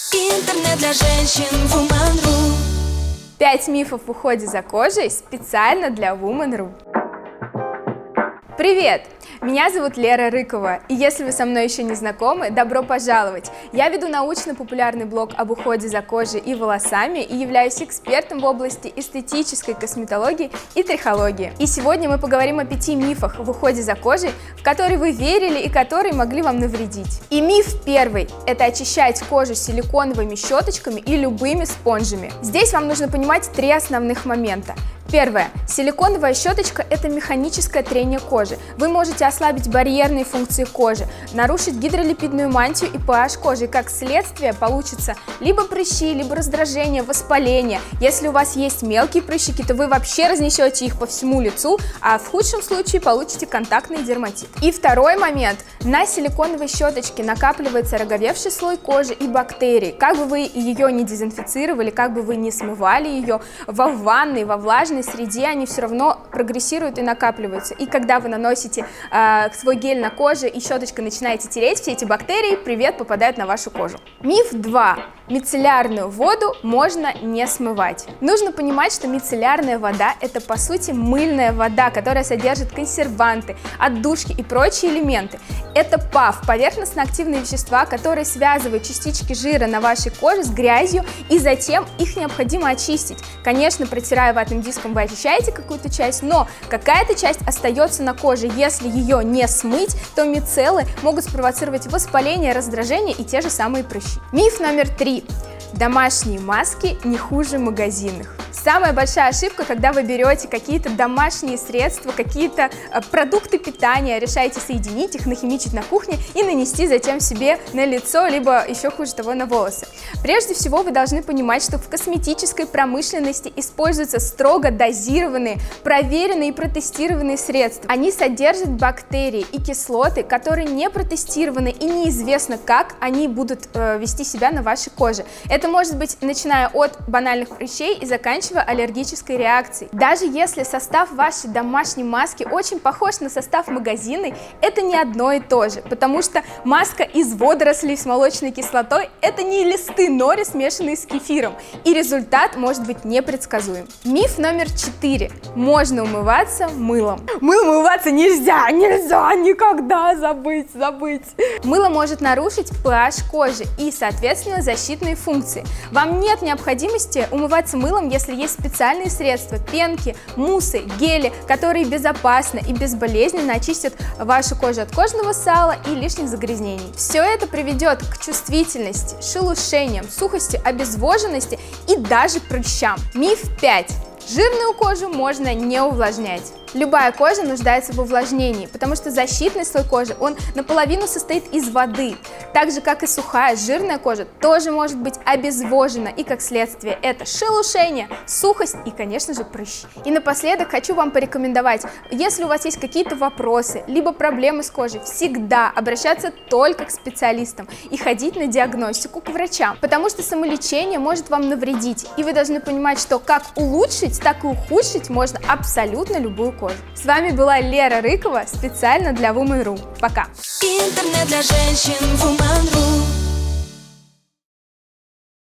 Интернет для женщин Woman.ru. 5 мифов в уходе за кожей специально для Woman.ru. Привет! Меня зовут Лера Рыкова, и если вы со мной еще не знакомы, добро пожаловать! Я веду научно-популярный блог об уходе за кожей и волосами и являюсь экспертом в области эстетической косметологии и трихологии. И сегодня мы поговорим о 5 мифах в уходе за кожей, в которые вы верили и которые могли вам навредить. И миф первый – это очищать кожу силиконовыми щеточками и любыми спонжами. Здесь вам нужно понимать 3 основных момента. Первое. Силиконовая щеточка – это механическое трение кожи. Вы можете ослабить барьерные функции кожи, нарушить гидролипидную мантию и pH кожи. И как следствие получится либо прыщи, либо раздражение, воспаление. Если у вас есть мелкие прыщики, то вы вообще разнесете их по всему лицу, а в худшем случае получите контактный дерматит. И второй момент. На силиконовой щеточке накапливается роговевший слой кожи и бактерий. Как бы вы ее не дезинфицировали, как бы вы не смывали ее, во ванной, во влажной среде они все равно прогрессируют и накапливаются. И когда вы наносите свой гель на кожу и щеточкой начинаете тереть, все эти бактерии, привет, попадают на вашу кожу. Миф 2. Мицеллярную воду можно не смывать. Нужно понимать, что мицеллярная вода – это по сути мыльная вода, которая содержит консерванты, отдушки и прочие элементы. Это ПАВ – поверхностно-активные вещества, которые связывают частички жира на вашей коже с грязью, и затем их необходимо очистить. Конечно, протирая ватным диском, вы очищаете какую-то часть, но какая-то часть остается на коже. Если ее не смыть, то мицеллы могут спровоцировать воспаление, раздражение и те же самые прыщи. Миф номер 3. Домашние маски не хуже магазинных. Самая большая ошибка, когда вы берете какие-то домашние средства, какие-то продукты питания, решаете соединить их, нахимичить на кухне и нанести затем себе на лицо, либо еще хуже того, на волосы. Прежде всего, вы должны понимать, что в косметической промышленности используются строго дозированные, проверенные и протестированные средства. Они содержат бактерии и кислоты, которые не протестированы и неизвестно, как они будут вести себя на вашей коже. Это может быть начиная от банальных прыщей и заканчивая аллергической реакцией. Даже если состав вашей домашней маски очень похож на состав магазинной, это не одно и то же, потому что маска из водорослей с молочной кислотой – это не листы нори, смешанные с кефиром, и результат может быть непредсказуем. Миф номер 4. Можно умываться мылом. Мылом умываться нельзя никогда, забыть. Мыло может нарушить pH кожи и, соответственно, защитные функции. Вам нет необходимости умываться мылом, если есть специальные средства, пенки, муссы, гели, которые безопасно и безболезненно очистят вашу кожу от кожного сала и лишних загрязнений. Все это приведет к чувствительности, шелушениям, сухости, обезвоженности и даже прыщам. Миф 5. Жирную кожу можно не увлажнять. Любая кожа нуждается в увлажнении, потому что защитный слой кожи, он наполовину состоит из воды. Так же, как и сухая, жирная кожа тоже может быть обезвожена, и как следствие это шелушение, сухость и, конечно же, прыщи. И напоследок хочу вам порекомендовать, если у вас есть какие-то вопросы, либо проблемы с кожей, всегда обращаться только к специалистам и ходить на диагностику к врачам, потому что самолечение может вам навредить, и вы должны понимать, что как улучшить, так и ухудшить можно абсолютно любую кожу. С вами была Лера Рыкова специально для Woman.ru. Пока! Интернет для женщин Woman.ru.